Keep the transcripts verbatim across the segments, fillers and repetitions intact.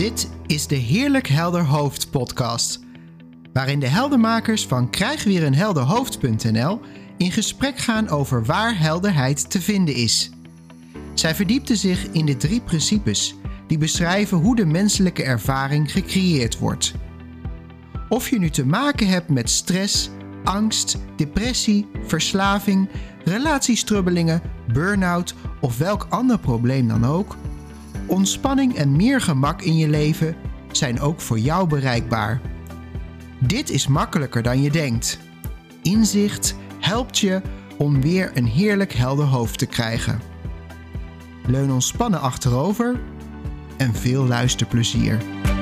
Dit is de Heerlijk Helder Hoofd podcast, waarin de heldermakers van krijgweereenhelderhoofd punt n l in gesprek gaan over waar helderheid te vinden is. Zij verdiepten zich in de drie principes die beschrijven hoe de menselijke ervaring gecreëerd wordt. Of je nu te maken hebt met stress, angst, depressie, verslaving, relatiestrubbelingen, burn-out of welk ander probleem dan ook, ontspanning en meer gemak in je leven zijn ook voor jou bereikbaar. Dit is makkelijker dan je denkt. Inzicht helpt je om weer een heerlijk helder hoofd te krijgen. Leun ontspannen achterover en veel luisterplezier.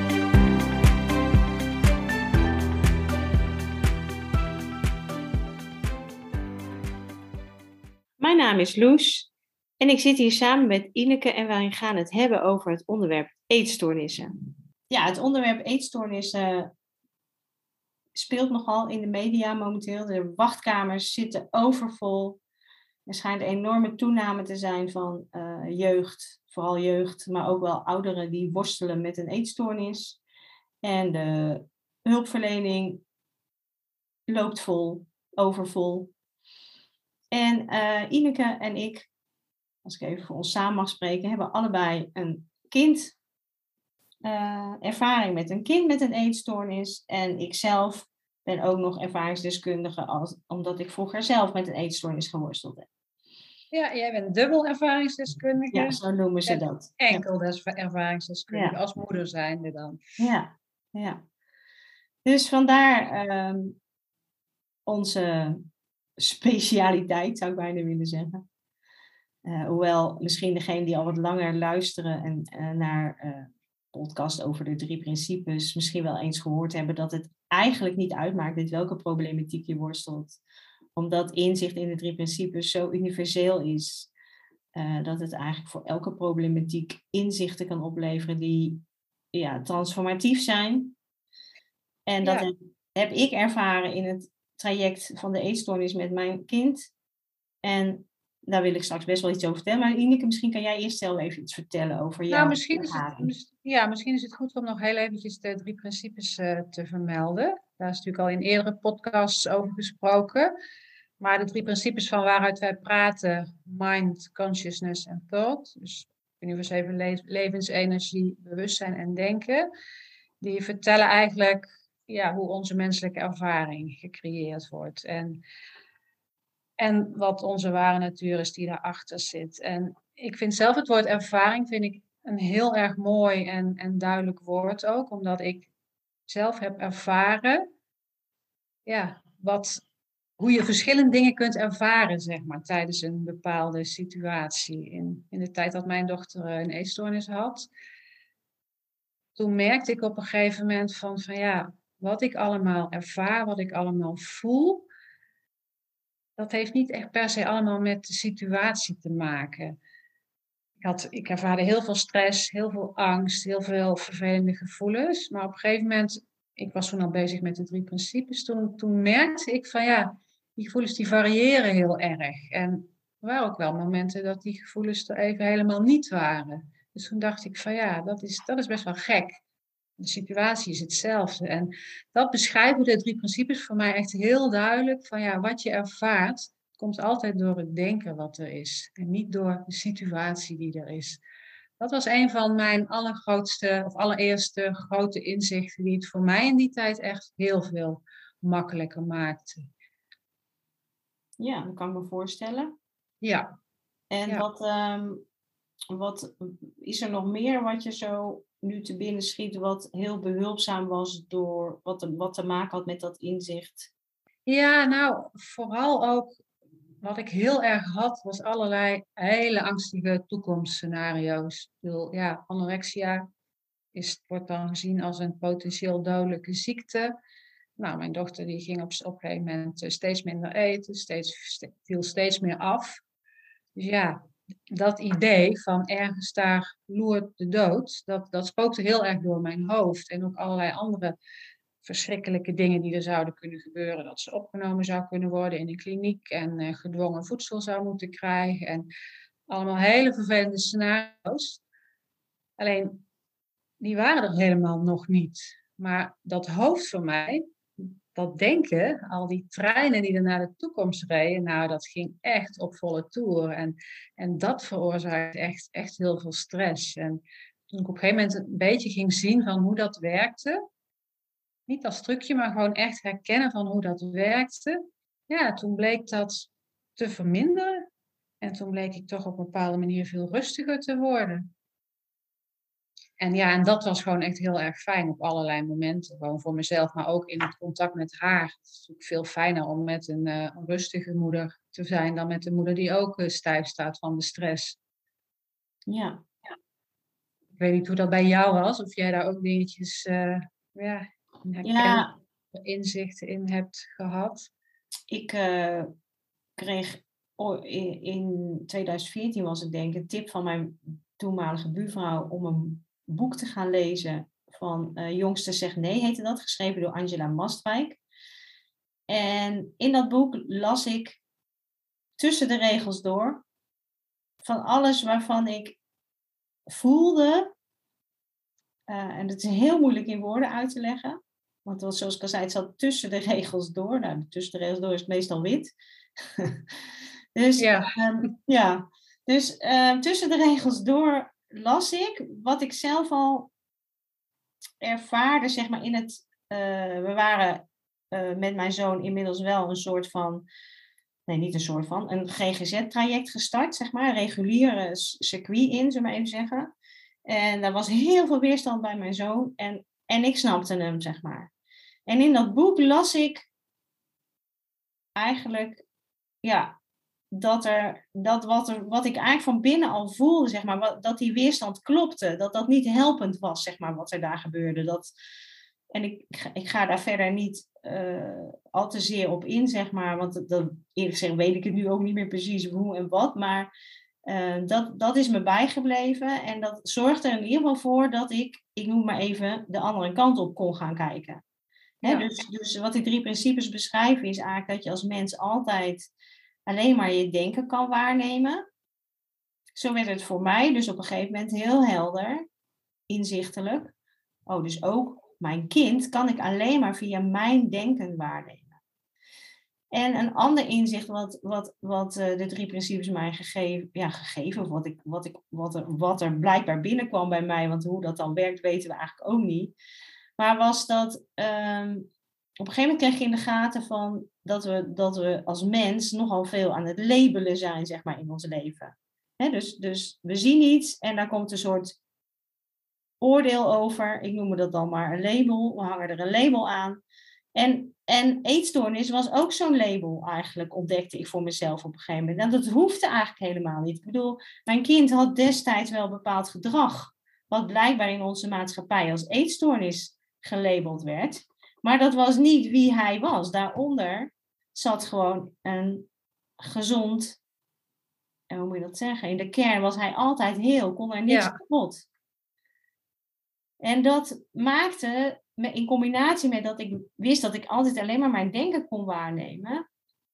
Mijn naam is Loes en ik zit hier samen met Ineke en wij gaan het hebben over het onderwerp eetstoornissen. Ja, het onderwerp eetstoornissen speelt nogal in de media momenteel. De wachtkamers zitten overvol. Er schijnt een enorme toename te zijn van uh, jeugd, vooral jeugd, maar ook wel ouderen die worstelen met een eetstoornis. En de hulpverlening loopt vol, overvol. En uh, Ineke en ik, als ik even voor ons samen mag spreken, hebben allebei een kind. Uh, ervaring met een kind met een eetstoornis. En ik zelf ben ook nog ervaringsdeskundige, als, omdat ik vroeger zelf met een eetstoornis geworsteld heb. Ja, jij bent dubbel ervaringsdeskundige. Ja, zo noemen ze en dat. Enkel ja. ervaringsdeskundige, Ja. als moeder zijnde dan. Ja, ja. Dus vandaar um, onze specialiteit, zou ik bijna willen zeggen. Uh, hoewel misschien degenen die al wat langer luisteren en uh, naar uh, podcast over de drie principes misschien wel eens gehoord hebben dat het eigenlijk niet uitmaakt met welke problematiek je worstelt. Omdat inzicht in de drie principes zo universeel is, uh, dat het eigenlijk voor elke problematiek inzichten kan opleveren die ja, transformatief zijn. En dat ja. heb, heb ik ervaren in het traject van de eetstoornis met mijn kind. En daar wil ik straks best wel iets over vertellen. Maar Ineke, misschien kan jij eerst zelf even iets vertellen over jouw nou, misschien ervaring. Is het, ja, misschien is het goed om nog heel eventjes de drie principes uh, te vermelden. Daar is natuurlijk al in eerdere podcasts over gesproken. Maar de drie principes van waaruit wij praten, mind, consciousness en thought, dus universele le- levensenergie, bewustzijn en denken, die vertellen eigenlijk ja, hoe onze menselijke ervaring gecreëerd wordt. En, en wat onze ware natuur is die daarachter zit. En ik vind zelf het woord ervaring vind ik een heel erg mooi en, en duidelijk woord ook, omdat ik zelf heb ervaren ja, wat, hoe je verschillende dingen kunt ervaren, zeg maar, tijdens een bepaalde situatie. In, in de tijd dat mijn dochter een eetstoornis had, toen merkte ik op een gegeven moment van, van ja, wat ik allemaal ervaar, wat ik allemaal voel, dat heeft niet echt per se allemaal met de situatie te maken. Ik, had, ik ervaarde heel veel stress, heel veel angst, heel veel vervelende gevoelens. Maar op een gegeven moment, ik was toen al bezig met de drie principes, toen, toen merkte ik van ja, die gevoelens die variëren heel erg. En er waren ook wel momenten dat die gevoelens er even helemaal niet waren. Dus toen dacht ik van ja, dat is, dat is best wel gek. De situatie is hetzelfde. En dat beschrijven de drie principes voor mij echt heel duidelijk. Van ja, wat je ervaart, komt altijd door het denken wat er is. En niet door de situatie die er is. Dat was een van mijn allergrootste, of allereerste grote inzichten. Die het voor mij in die tijd echt heel veel makkelijker maakte. Ja, dat kan ik me voorstellen. Ja. En ja. Wat, um, wat is er nog meer wat je zo nu te binnen schiet, wat heel behulpzaam was door wat te, wat te maken had met dat inzicht? Ja, nou, vooral ook wat ik heel erg had, was allerlei hele angstige toekomstscenario's. Ik bedoel, ja, anorexia is, wordt dan gezien als een potentieel dodelijke ziekte. Nou, mijn dochter die ging op, op een gegeven moment steeds minder eten, steeds, viel steeds meer af. Dus ja, dat idee van ergens daar loert de dood, dat, dat spookte heel erg door mijn hoofd. En ook allerlei andere verschrikkelijke dingen die er zouden kunnen gebeuren. Dat ze opgenomen zou kunnen worden in een kliniek en uh, gedwongen voedsel zou moeten krijgen. En allemaal hele vervelende scenario's. Alleen die waren er helemaal nog niet. Maar dat hoofd van mij, dat denken, al die treinen die er naar de toekomst reden, nou, dat ging echt op volle toer. En, en dat veroorzaakte echt, echt heel veel stress. En toen ik op een gegeven moment een beetje ging zien van hoe dat werkte, niet als trucje, maar gewoon echt herkennen van hoe dat werkte, ja, toen bleek dat te verminderen. En toen bleek ik toch op een bepaalde manier veel rustiger te worden. En ja, en dat was gewoon echt heel erg fijn op allerlei momenten. Gewoon voor mezelf, maar ook in het contact met haar. Het is natuurlijk veel fijner om met een, uh, een rustige moeder te zijn dan met een moeder die ook uh, stijf staat van de stress. Ja. ja. Ik weet niet hoe dat bij jou was, of jij daar ook dingetjes, uh, ja, herkenning, ja, inzichten in hebt gehad. Ik uh, kreeg oh, in, in tweeduizend veertien was het denk ik een tip van mijn toenmalige buurvrouw om een boek te gaan lezen van uh, Jongste zegt nee, heette dat, geschreven door Angela Mastwijk. En in dat boek las ik tussen de regels door van alles waarvan ik voelde, uh, en het is heel moeilijk in woorden uit te leggen, want het was, zoals ik al zei, het zat tussen de regels door. Nou, tussen de regels door is het meestal wit. dus ja, um, ja. dus uh, tussen de regels door las ik wat ik zelf al ervaarde, zeg maar, in het... Uh, we waren uh, met mijn zoon inmiddels wel een soort van... Nee, niet een soort van. Een G G Z-traject gestart, zeg maar. Een reguliere circuit in, zullen we maar even zeggen. En daar was heel veel weerstand bij mijn zoon. En, en ik snapte hem, zeg maar. En in dat boek las ik eigenlijk... Ja, dat, er, dat wat, er, wat ik eigenlijk van binnen al voelde, zeg maar, wat, dat die weerstand klopte. Dat dat niet helpend was, zeg maar, wat er daar gebeurde. Dat, en ik, ik ga daar verder niet uh, al te zeer op in, zeg maar. Want dat, dat, eerlijk gezegd weet ik het nu ook niet meer precies hoe en wat. Maar uh, dat, dat is me bijgebleven. En dat zorgde er in ieder geval voor dat ik, ik noem maar even, de andere kant op kon gaan kijken. Ja. Hè, dus, dus wat die drie principes beschrijven is eigenlijk dat je als mens altijd alleen maar je denken kan waarnemen. Zo werd het voor mij dus op een gegeven moment heel helder, inzichtelijk. Oh, dus ook mijn kind kan ik alleen maar via mijn denken waarnemen. En een ander inzicht wat, wat, wat uh, de drie principes mij gegeven, ja, gegeven wat, ik, wat, ik, wat, er, wat er blijkbaar binnenkwam bij mij, want hoe dat dan werkt weten we eigenlijk ook niet. Maar was dat... Um, op een gegeven moment kreeg je in de gaten van dat we, dat we als mens nogal veel aan het labelen zijn, zeg maar, in ons leven. He, dus, dus we zien iets en daar komt een soort oordeel over. Ik noem dat dan maar een label. We hangen er een label aan. En, en eetstoornis was ook zo'n label eigenlijk, ontdekte ik voor mezelf op een gegeven moment. En dat hoefde eigenlijk helemaal niet. Ik bedoel, mijn kind had destijds wel bepaald gedrag, wat blijkbaar in onze maatschappij als eetstoornis gelabeld werd. Maar dat was niet wie hij was. Daaronder zat gewoon een gezond... En hoe moet je dat zeggen? In de kern was hij altijd heel, kon er niks ja. kapot. En dat maakte, in combinatie met dat ik wist dat ik altijd alleen maar mijn denken kon waarnemen,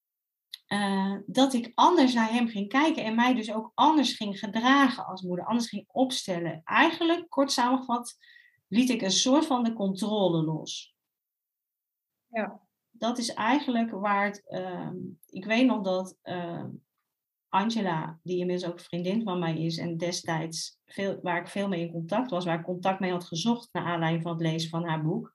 uh, dat ik anders naar hem ging kijken en mij dus ook anders ging gedragen als moeder, anders ging opstellen. Eigenlijk, kort samengevat, liet ik een soort van de controle los. Ja. Dat is eigenlijk waar het... Uh, ik weet nog dat uh, Angela, die inmiddels ook een vriendin van mij is en destijds veel, waar ik veel mee in contact was, waar ik contact mee had gezocht naar aanleiding van het lezen van haar boek,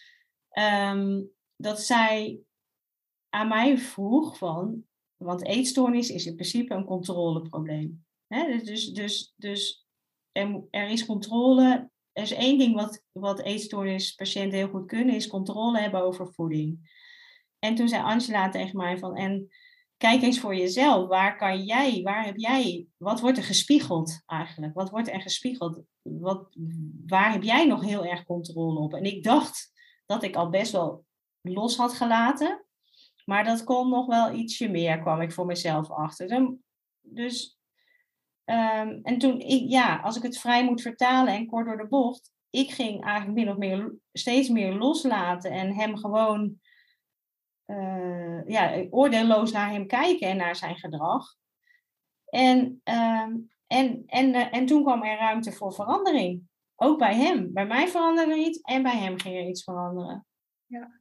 um, dat zij aan mij vroeg van, want eetstoornis is in principe een controleprobleem. Hè? Dus, dus, dus er, er is controle. Er is één ding wat, wat eetstoornispatiënten heel goed kunnen, is controle hebben over voeding. En toen zei Angela tegen mij van, en kijk eens voor jezelf, waar kan jij, waar heb jij, wat wordt er gespiegeld eigenlijk? Wat wordt er gespiegeld? Wat, waar heb jij nog heel erg controle op? En ik dacht dat ik al best wel los had gelaten, maar dat kon nog wel ietsje meer, kwam ik voor mezelf achter. Dus, um, en toen, ik, ja, als ik het vrij moet vertalen en kort door de bocht, ik ging eigenlijk min of meer steeds meer loslaten en hem gewoon... Uh, ja, oordeelloos naar hem kijken en naar zijn gedrag. En, uh, en, en, uh, en toen kwam er ruimte voor verandering. ook bij hem. Bij mij veranderde er iets en bij hem ging er iets veranderen. Ja,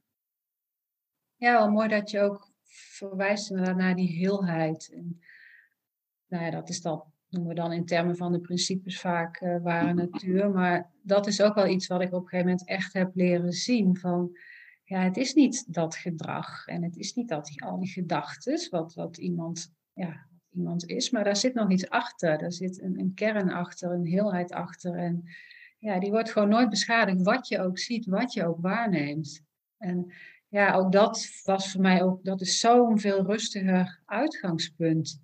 ja wel mooi dat je ook verwijst inderdaad naar die heelheid. En, nou ja, dat is dan, noemen we dan in termen van de principes vaak uh, ware natuur. Maar dat is ook wel iets wat ik op een gegeven moment echt heb leren zien. Van, ja, het is niet dat gedrag en het is niet dat die, al die gedachten, wat, wat iemand, ja, iemand is. Maar daar zit nog iets achter. Daar zit een, een kern achter, een heelheid achter. En ja, die wordt gewoon nooit beschadigd, wat je ook ziet, wat je ook waarneemt. En ja, ook dat was voor mij ook, dat is zo'n veel rustiger uitgangspunt.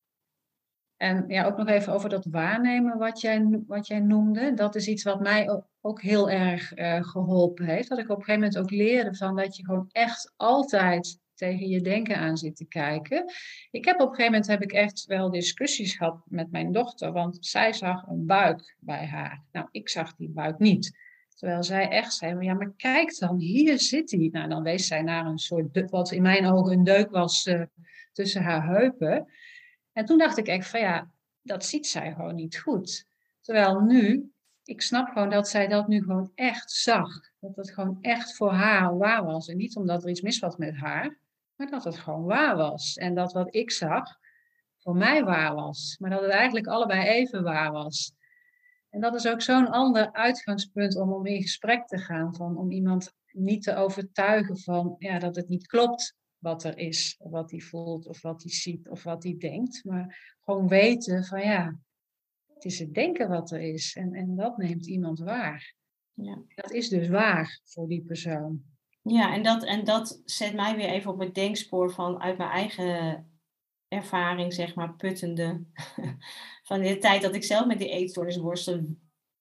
En ja, ook nog even over dat waarnemen wat jij, wat jij noemde. Dat is iets wat mij ook, ook heel erg uh, geholpen heeft. Dat ik op een gegeven moment ook leerde van dat je gewoon echt altijd tegen je denken aan zit te kijken. Ik heb op een gegeven moment heb ik echt wel discussies gehad met mijn dochter. Want zij zag een buik bij haar. Nou, ik zag die buik niet. Terwijl zij echt zei, ja, maar kijk dan, hier zit hij. Nou, dan wees zij naar een soort, wat in mijn ogen een deuk was uh, tussen haar heupen. En toen dacht ik echt van ja, dat ziet zij gewoon niet goed. Terwijl nu, ik snap gewoon dat zij dat nu gewoon echt zag. Dat het gewoon echt voor haar waar was. En niet omdat er iets mis was met haar, maar dat het gewoon waar was. En dat wat ik zag voor mij waar was. Maar dat het eigenlijk allebei even waar was. En dat is ook zo'n ander uitgangspunt om, om in gesprek te gaan. Van, om iemand niet te overtuigen van ja, dat het niet klopt wat er is. Of wat hij voelt, of wat hij ziet, of wat hij denkt. Maar gewoon weten van ja, het is het denken wat er is. En, en dat neemt iemand waar. Ja. Dat is dus waar voor die persoon. Ja, en dat, en dat zet mij weer even op het denkspoor van uit mijn eigen ervaring, zeg maar, puttende. Van de tijd dat ik zelf met die eetstoornis worstelde.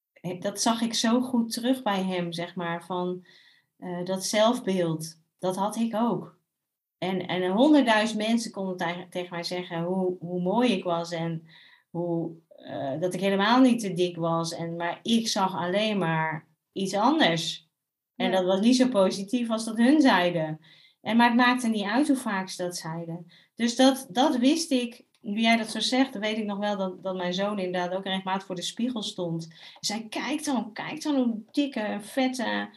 Dat zag ik zo goed terug bij hem, zeg maar. Van uh, dat zelfbeeld. Dat had ik ook. En, en honderdduizend mensen konden tegen, tegen mij zeggen hoe, hoe mooi ik was. En hoe, uh, dat ik helemaal niet te dik was. En, maar ik zag alleen maar iets anders. En ja. Dat was niet zo positief als dat hun zeiden. En, maar het maakte niet uit hoe vaak ze dat zeiden. Dus dat, dat wist ik. Nu jij dat zo zegt, dan weet ik nog wel dat, dat mijn zoon inderdaad ook regelmatig voor de spiegel stond. En zei, kijk dan, kijk dan hoe dikke, vette.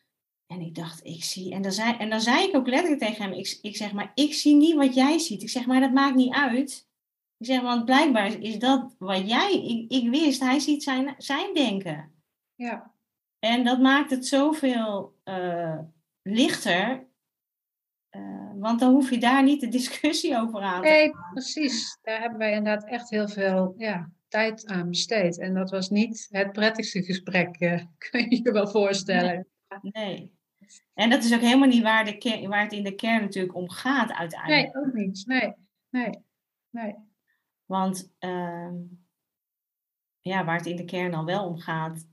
En ik dacht, ik zie... En dan zei, en dan zei ik ook letterlijk tegen hem, ik, ik zeg maar, ik zie niet wat jij ziet. Ik zeg maar, dat maakt niet uit. Ik zeg, want blijkbaar is dat wat jij... Ik, ik wist, hij ziet zijn, zijn denken. Ja. En dat maakt het zoveel uh, lichter... Uh, want dan hoef je daar niet de discussie over aan te Nee, gaan. precies. Daar hebben wij inderdaad echt heel veel ja, tijd aan besteed. En dat was niet het prettigste gesprek, uh, kun je je wel voorstellen. Nee. nee. En dat is ook helemaal niet waar, de ker- waar het in de kern natuurlijk om gaat uiteindelijk. Nee, ook niet. Nee, nee, nee. Want uh, ja, waar het in de kern dan wel om gaat,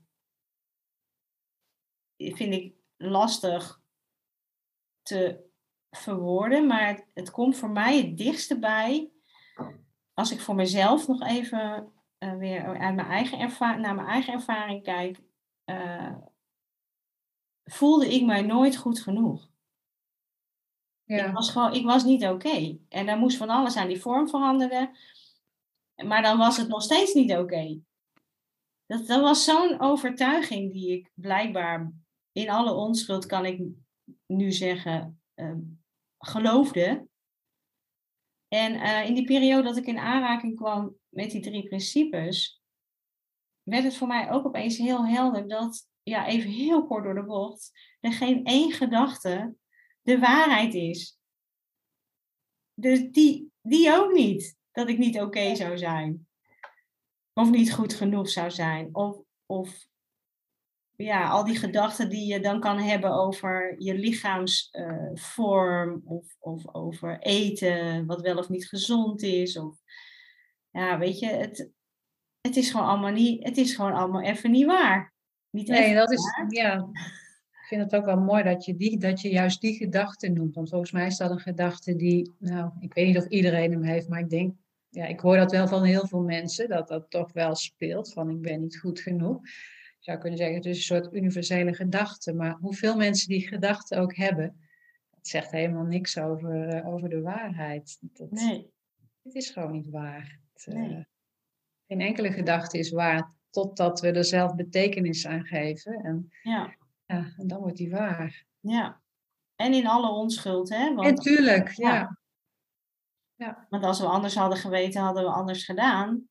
vind ik lastig te verwoorden, maar het, het komt voor mij het dichtste bij, als ik voor mezelf nog even uh, weer uit mijn eigen erva- naar mijn eigen ervaring kijk, uh, voelde ik mij nooit goed genoeg. Ja. Ik was gewoon, ik was niet oké. Okay. En daar moest van alles aan die vorm veranderen, maar dan was het nog steeds niet oké. Okay. Dat, dat was zo'n overtuiging die ik blijkbaar in alle onschuld, kan ik nu zeggen, uh, geloofde. En uh, in die periode dat ik in aanraking kwam met die drie principes, werd het voor mij ook opeens heel helder dat, ja, even heel kort door de bocht, er geen één gedachte de waarheid is. Dus die, die ook niet. Dat ik niet oké okay zou zijn. Of niet goed genoeg zou zijn. Of, of ja, al die gedachten die je dan kan hebben over je lichaamsvorm. Uh, of, of over eten, wat wel of niet gezond is. Of, ja, weet je, het, het is gewoon allemaal niet, het is gewoon allemaal even niet waar. Niet nee, dat is, waar. Ja, ik vind het ook wel mooi dat je, die, dat je juist die gedachte noemt. Want volgens mij is dat een gedachte die, nou, ik weet niet of iedereen hem heeft, maar ik denk, ja, ik hoor dat wel van heel veel mensen, dat dat toch wel speelt, van ik ben niet goed genoeg. Je zou kunnen zeggen, het is een soort universele gedachte, maar hoeveel mensen die gedachte ook hebben, dat zegt helemaal niks over, uh, over de waarheid. Dat, nee. Het is gewoon niet waar. Het, nee. uh, geen enkele gedachte is waar totdat we er zelf betekenis aan geven. En, Ja. ja, en dan wordt die waar. Ja. En in alle onschuld, hè? Want, Natuurlijk, ja. ja. ja. Want als we anders hadden geweten, hadden we anders gedaan.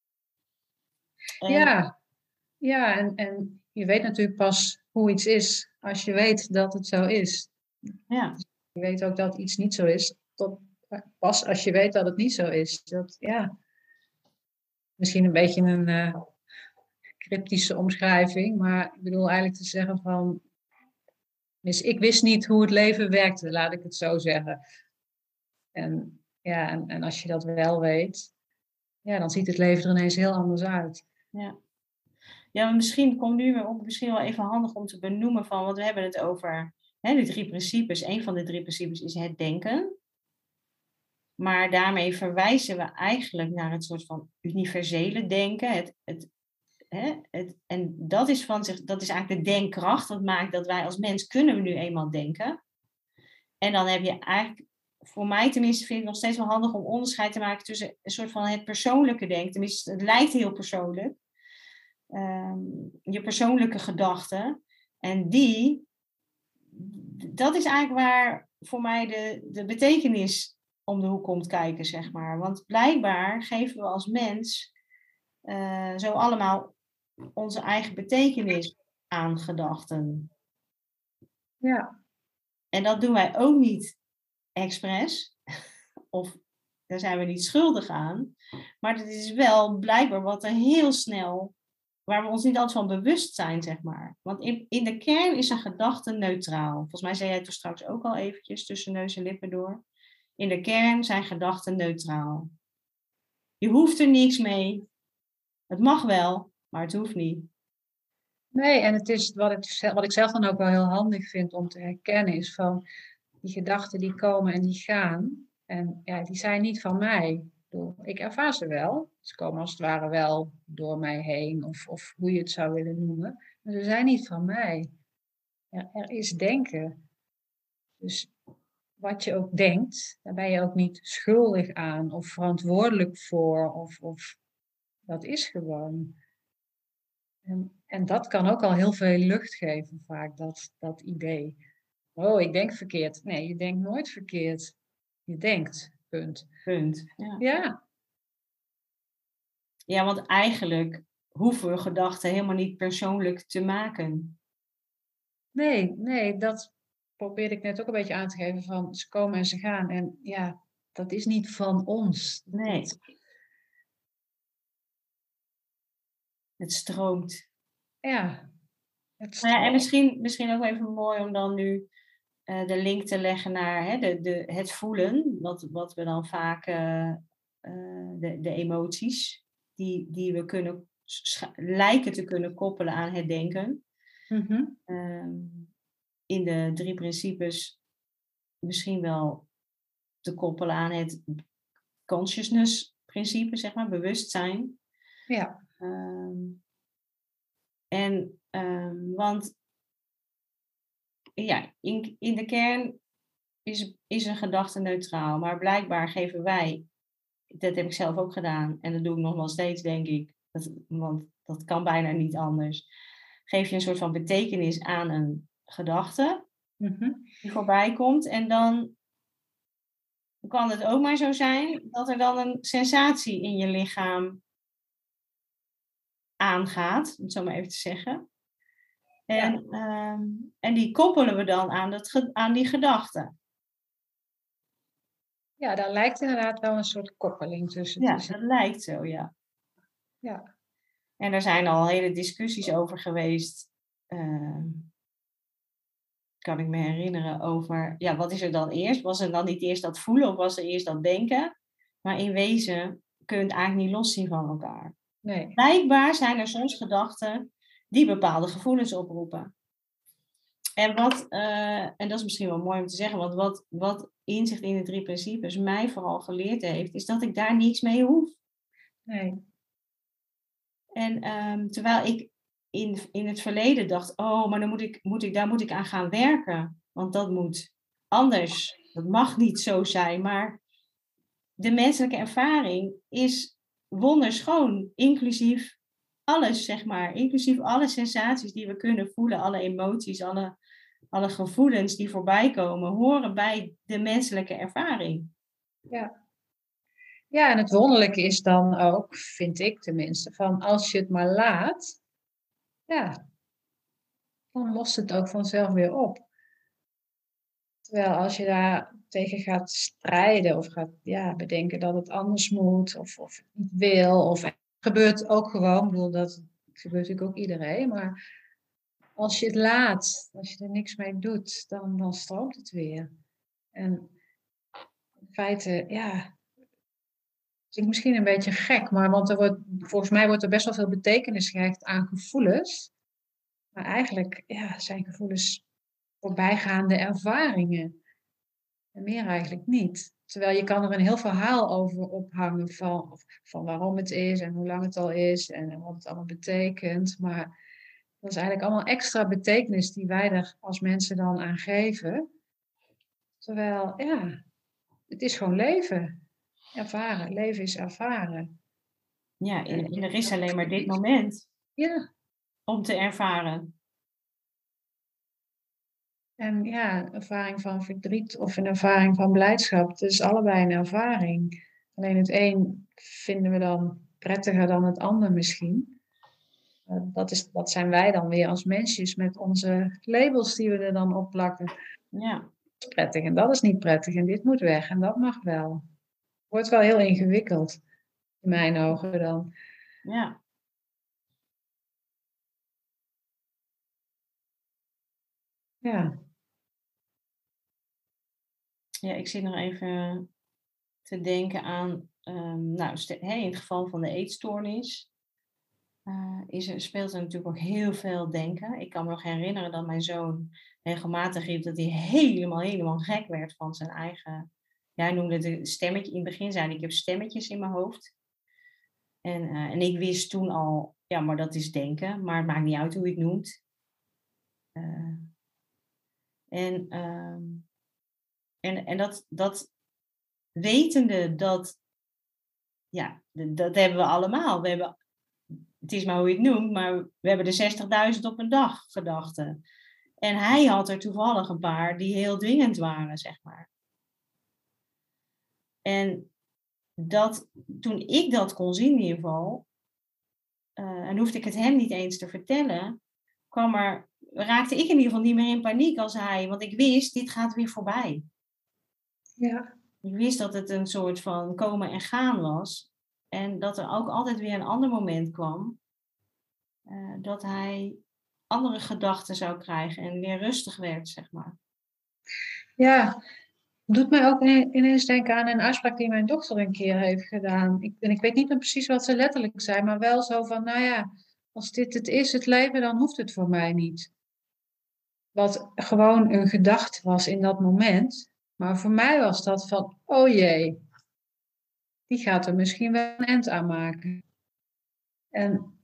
En, Ja, ja en, en je weet natuurlijk pas hoe iets is als je weet dat het zo is. ja. Je weet ook dat iets niet zo is, tot, pas als je weet dat het niet zo is. Dat, ja. Misschien een beetje een uh, cryptische omschrijving, maar ik bedoel eigenlijk te zeggen van, dus ik wist niet hoe het leven werkte, laat ik het zo zeggen. En, ja, en, en als je dat wel weet, ja, dan ziet het leven er ineens heel anders uit. Ja. Ja, maar misschien komt nu weer op, misschien wel even handig om te benoemen van, want we hebben het over hè, de drie principes. Een van de drie principes is het denken. Maar daarmee verwijzen we eigenlijk naar het soort van universele denken. Het, het, hè, het, en dat is, van zich, dat is eigenlijk de denkkracht. Dat maakt dat wij als mens kunnen we nu eenmaal denken. En dan heb je eigenlijk, voor mij tenminste vind ik het nog steeds wel handig om onderscheid te maken tussen een soort van het persoonlijke denken. Tenminste, het lijkt heel persoonlijk. Um, je persoonlijke gedachten. En die, dat is eigenlijk waar voor mij de, de betekenis om de hoek komt kijken, zeg maar. Want blijkbaar geven we als mens uh, zo allemaal onze eigen betekenis aan gedachten. Ja. En dat doen wij ook niet expres. Of daar zijn we niet schuldig aan. Maar het is wel blijkbaar wat er heel snel, waar we ons niet altijd van bewust zijn, zeg maar. Want in, in de kern is een gedachte neutraal. Volgens mij zei jij het er straks ook al eventjes tussen neus en lippen door. In de kern zijn gedachten neutraal. Je hoeft er niks mee. Het mag wel, maar het hoeft niet. Nee, en het is wat ik, wat ik zelf dan ook wel heel handig vind om te herkennen, is van die gedachten die komen en die gaan. En ja, die zijn niet van mij. Ik ervaar ze wel. Ze komen als het ware wel door mij heen, of, of hoe je het zou willen noemen. Maar ze zijn niet van mij. Ja, er is denken. Dus wat je ook denkt, daar ben je ook niet schuldig aan of verantwoordelijk voor. Of, of dat is gewoon. En, en dat kan ook al heel veel lucht geven, vaak, dat, dat idee. Oh, ik denk verkeerd. Nee, je denkt nooit verkeerd. Je denkt, punt. Punt. Ja. Ja. Ja, want eigenlijk hoeven we gedachten helemaal niet persoonlijk te maken. Nee, nee, dat probeerde ik net ook een beetje aan te geven van ze komen en ze gaan. En ja, dat is niet van ons. Nee. Dat... Het stroomt. Ja. Het stroomt. Ja, en misschien, misschien ook even mooi om dan nu uh, de link te leggen naar hè, de, de, het voelen. Wat, wat we dan vaak, uh, uh, de, de emoties, die, die we kunnen scha- lijken te kunnen koppelen aan het denken. Mm-hmm. Um, in de drie principes misschien wel te koppelen aan het consciousness principe, zeg maar, bewustzijn. Ja. Um, en, um, want ja, in, in de kern is, is een gedachte neutraal, maar blijkbaar geven wij, dat heb ik zelf ook gedaan, en dat doe ik nog wel steeds, denk ik, dat, want dat kan bijna niet anders, geef je een soort van betekenis aan een gedachte, mm-hmm. die voorbij komt, en dan kan het ook maar zo zijn dat er dan een sensatie in je lichaam aangaat, om het zo maar even te zeggen. En, ja. um, en die koppelen we dan aan, dat, aan die gedachte. Ja, daar lijkt inderdaad wel een soort koppeling tussen. Ja, tussen. dat lijkt zo, ja. Ja. En er zijn al hele discussies over geweest, uh, kan ik me herinneren, over, ja, wat is er dan eerst? Was er dan niet eerst dat voelen of was er eerst dat denken? Maar in wezen kun je het eigenlijk niet loszien van elkaar. Nee. Blijkbaar zijn er soms gedachten die bepaalde gevoelens oproepen. En, wat, uh, en dat is misschien wel mooi om te zeggen, want wat, wat inzicht in de drie principes mij vooral geleerd heeft, is dat ik daar niets mee hoef. Nee. En um, terwijl ik in, in het verleden dacht, oh, maar dan moet ik, moet ik, daar moet ik aan gaan werken. Want dat moet anders. Dat mag niet zo zijn. Maar de menselijke ervaring is wonderschoon, inclusief alles, zeg maar. Inclusief alle sensaties die we kunnen voelen, alle emoties, alle, alle gevoelens die voorbij komen, horen bij de menselijke ervaring. Ja. Ja, en het wonderlijke is dan ook, vind ik tenminste, van als je het maar laat, ja, dan lost het ook vanzelf weer op. Terwijl als je daar tegen gaat strijden of gaat ja, bedenken dat het anders moet of, of het niet wil, of het gebeurt ook gewoon, ik bedoel, dat gebeurt natuurlijk ook iedereen, maar als je het laat, als je er niks mee doet, dan, dan stroomt het weer. En in feite, ja, klinkt misschien een beetje gek, maar want er wordt, volgens mij wordt er best wel veel betekenis gehecht aan gevoelens. Maar eigenlijk ja, zijn gevoelens voorbijgaande ervaringen. En meer eigenlijk niet. Terwijl je kan er een heel verhaal over ophangen van, van waarom het is en hoe lang het al is en wat het allemaal betekent. Maar dat is eigenlijk allemaal extra betekenis die wij er als mensen dan aan geven. Terwijl, ja, het is gewoon leven. Ervaren. Leven is ervaren. Ja, en, en er is alleen maar dit moment. Ja. Om te ervaren. En ja, een ervaring van verdriet of een ervaring van blijdschap. Het is allebei een ervaring. Alleen het een vinden we dan prettiger dan het ander misschien. Dat, is, dat zijn wij dan weer als mensjes met onze labels die we er dan op plakken. Ja. Dat is prettig en dat is niet prettig en dit moet weg en dat mag wel. Wordt wel heel ingewikkeld. In mijn ogen dan. Ja. Ja. Ja, ik zit nog even te denken aan, um, nou, hey, in het geval van de eetstoornis uh, is er, speelt er natuurlijk ook heel veel denken. Ik kan me nog herinneren dat mijn zoon regelmatig riep dat hij helemaal, helemaal gek werd van zijn eigen, ja, hij noemde het een stemmetje. In het begin zei hij, ik heb stemmetjes in mijn hoofd. En, uh, en ik wist toen al, ja, maar dat is denken, maar het maakt niet uit hoe je het noemt. Uh, en, um, en, en dat, dat wetende dat, ja, dat hebben we allemaal. We hebben, het is maar hoe je het noemt, maar we hebben er zestigduizend op een dag gedachten. En hij had er toevallig een paar die heel dwingend waren, zeg maar. En dat, toen ik dat kon zien in ieder geval, uh, en hoefde ik het hem niet eens te vertellen, kwam er, raakte ik in ieder geval niet meer in paniek als hij, want ik wist, dit gaat weer voorbij. Ja. Ik wist dat het een soort van komen en gaan was. En dat er ook altijd weer een ander moment kwam. Uh, dat hij andere gedachten zou krijgen en weer rustig werd, zeg maar. Ja, doet mij ook ineens denken aan een uitspraak die mijn dochter een keer heeft gedaan. Ik, en ik weet niet meer precies wat ze letterlijk zei, maar wel zo van, nou ja, als dit het is, het leven, dan hoeft het voor mij niet. Wat gewoon een gedachte was in dat moment. Maar voor mij was dat van, oh jee, die gaat er misschien wel een eind aan maken. En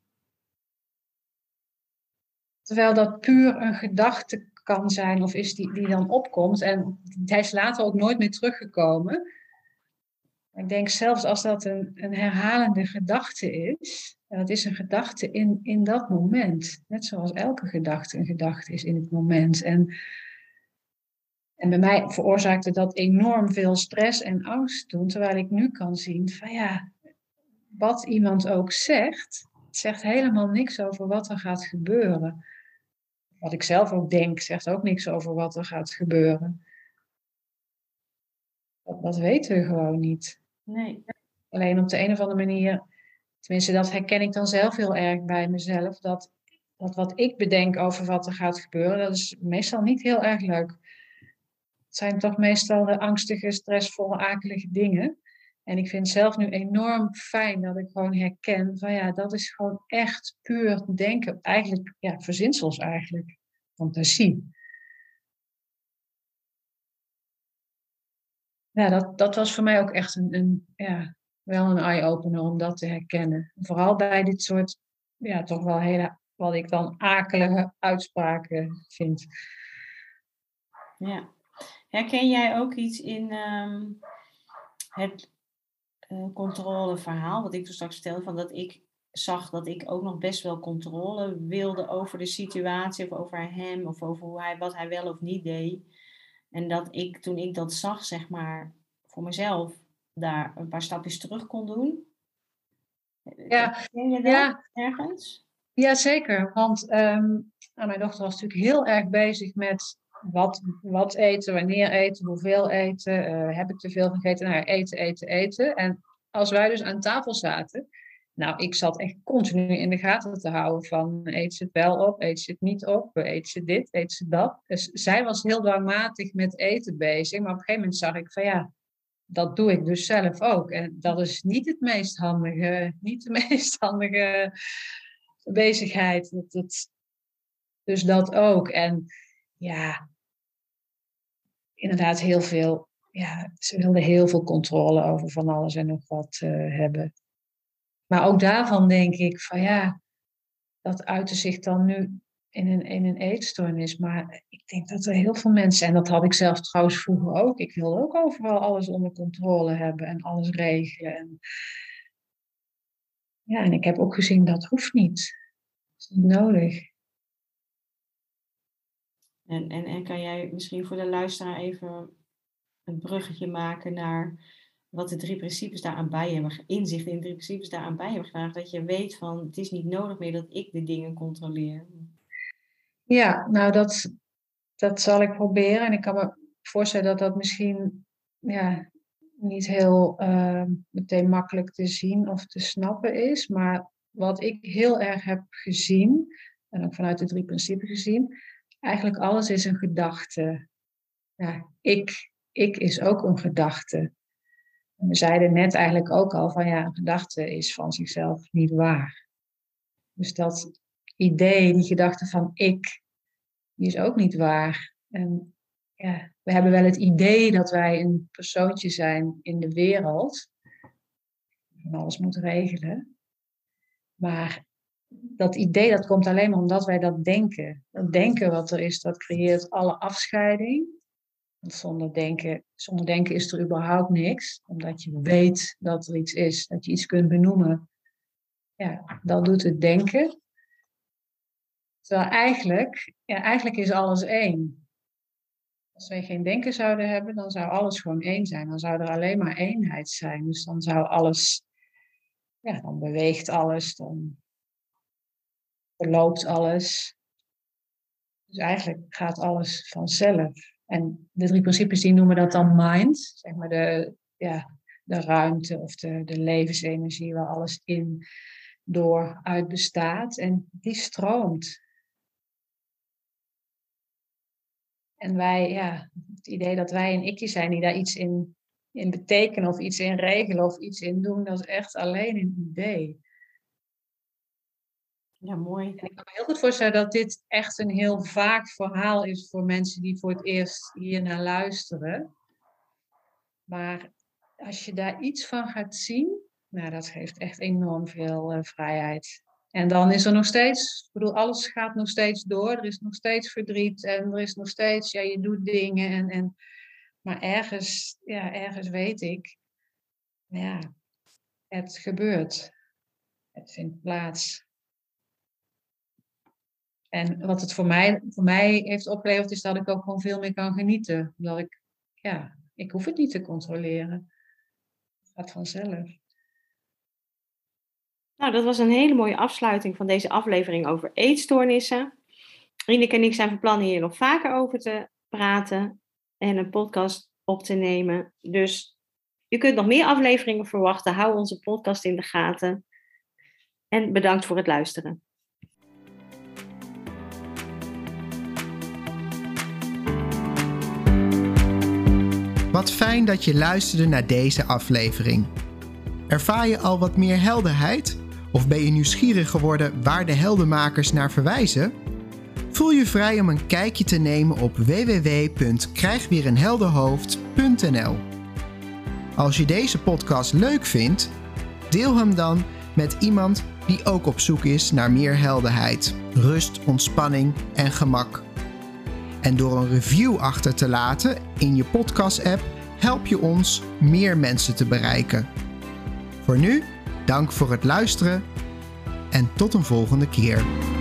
terwijl dat puur een gedachte kan zijn of is die, die dan opkomt. En hij is later ook nooit meer teruggekomen. Ik denk zelfs als dat een, een herhalende gedachte is. En het is een gedachte in, in dat moment. Net zoals elke gedachte een gedachte is in het moment. En, en bij mij veroorzaakte dat enorm veel stress en angst toen. Terwijl ik nu kan zien van ja, wat iemand ook zegt. Het zegt helemaal niks over wat er gaat gebeuren. Wat ik zelf ook denk, zegt ook niks over wat er gaat gebeuren. Dat, dat weten we gewoon niet. Nee. Alleen op de een of andere manier, tenminste dat herken ik dan zelf heel erg bij mezelf, dat, dat wat ik bedenk over wat er gaat gebeuren, dat is meestal niet heel erg leuk. Het zijn toch meestal de angstige, stressvolle, akelige dingen. En ik vind het zelf nu enorm fijn dat ik gewoon herken van ja, dat is gewoon echt puur denken. Eigenlijk, ja, verzinsels eigenlijk. Fantasie. Ja, dat, dat was voor mij ook echt een, een ja, wel een eye-opener om dat te herkennen. Vooral bij dit soort, ja, toch wel hele, wat ik dan akelige uitspraken vind. Ja. Herken jij ook iets in um, het uh, controleverhaal, wat ik toen straks vertelde, van dat ik zag dat ik ook nog best wel controle wilde over de situatie of over hem of over hoe hij, wat hij wel of niet deed. En dat ik, toen ik dat zag, zeg maar, voor mezelf daar een paar stapjes terug kon doen. Ja, Ken je dat ja. ergens? Ja, zeker. Want um, nou, mijn dochter was natuurlijk heel erg bezig met wat, wat eten, wanneer eten, hoeveel eten, uh, heb ik te veel gegeten? Nou ja, eten, eten, eten. En als wij dus aan tafel zaten, nou, ik zat echt continu in de gaten te houden van, eet ze het wel op, eet ze het niet op, eet ze dit, eet ze dat. Dus zij was heel dwangmatig met eten bezig, maar op een gegeven moment zag ik van ja, dat doe ik dus zelf ook. En dat is niet het meest handige, niet de meest handige bezigheid. Dat, dat, dus dat ook. En ja, inderdaad heel veel, ja, ze wilde heel veel controle over van alles en nog wat uh, hebben. Maar ook daarvan denk ik van ja, dat uitte zich dan nu in een, in een eetstoornis. Maar ik denk dat er heel veel mensen, en dat had ik zelf trouwens vroeger ook, ik wilde ook overal alles onder controle hebben en alles regelen. En, ja, en ik heb ook gezien dat hoeft niet. Dat is niet nodig. En, en, en kan jij misschien voor de luisteraar even een bruggetje maken naar wat de drie principes daaraan bij hebben, inzicht in de drie principes daaraan bij hebben gedaan, dat je weet van, het is niet nodig meer dat ik de dingen controleer. Ja, nou dat, dat zal ik proberen. En ik kan me voorstellen dat dat misschien ja, niet heel uh, meteen makkelijk te zien of te snappen is. Maar wat ik heel erg heb gezien, en ook vanuit de drie principes gezien, eigenlijk alles is een gedachte. Ja, ik, ik is ook een gedachte. We zeiden net eigenlijk ook al van ja, een gedachte is van zichzelf niet waar. Dus dat idee, die gedachte van ik, die is ook niet waar. En ja, we hebben wel het idee dat wij een persoontje zijn in de wereld. Van alles moet regelen. Maar dat idee, dat komt alleen maar omdat wij dat denken. Dat denken wat er is, dat creëert alle afscheiding. Want zonder denken, zonder denken is er überhaupt niks. Omdat je weet dat er iets is, dat je iets kunt benoemen. Ja, dat doet het denken. Terwijl eigenlijk, ja, eigenlijk is alles één. Als wij geen denken zouden hebben, dan zou alles gewoon één zijn. Dan zou er alleen maar eenheid zijn. Dus dan zou alles, ja, dan beweegt alles, dan verloopt alles. Dus eigenlijk gaat alles vanzelf. En de drie principes die noemen dat dan mind, zeg maar de, ja, de ruimte of de, de levensenergie waar alles in, door, uit bestaat. En die stroomt. En wij, ja, het idee dat wij een ikje zijn die daar iets in, in betekenen of iets in regelen of iets in doen, dat is echt alleen een idee. Ja, mooi. En ik kan me heel goed voorstellen dat dit echt een heel vaak verhaal is voor mensen die voor het eerst hier naar luisteren. Maar als je daar iets van gaat zien, nou, dat geeft echt enorm veel uh, vrijheid. En dan is er nog steeds, ik bedoel, alles gaat nog steeds door. Er is nog steeds verdriet en er is nog steeds, ja, je doet dingen. En, en, maar ergens, ja, ergens weet ik, ja, het gebeurt. Het vindt plaats. En wat het voor mij, voor mij heeft opgeleverd, is dat ik ook gewoon veel meer kan genieten. Omdat ik, ja, ik hoef het niet te controleren. Het gaat vanzelf. Nou, dat was een hele mooie afsluiting van deze aflevering over eetstoornissen. Ineke en ik zijn van plan hier nog vaker over te praten en een podcast op te nemen. Dus je kunt nog meer afleveringen verwachten. Hou onze podcast in de gaten. En bedankt voor het luisteren. Wat fijn dat je luisterde naar deze aflevering. Ervaar je al wat meer helderheid? Of ben je nieuwsgierig geworden waar de heldenmakers naar verwijzen? Voel je vrij om een kijkje te nemen op w w w punt krijg weer een helder hoofd punt n l. Als je deze podcast leuk vindt, deel hem dan met iemand die ook op zoek is naar meer helderheid, rust, ontspanning en gemak. En door een review achter te laten in je podcast-app help je ons meer mensen te bereiken. Voor nu, dank voor het luisteren En tot een volgende keer.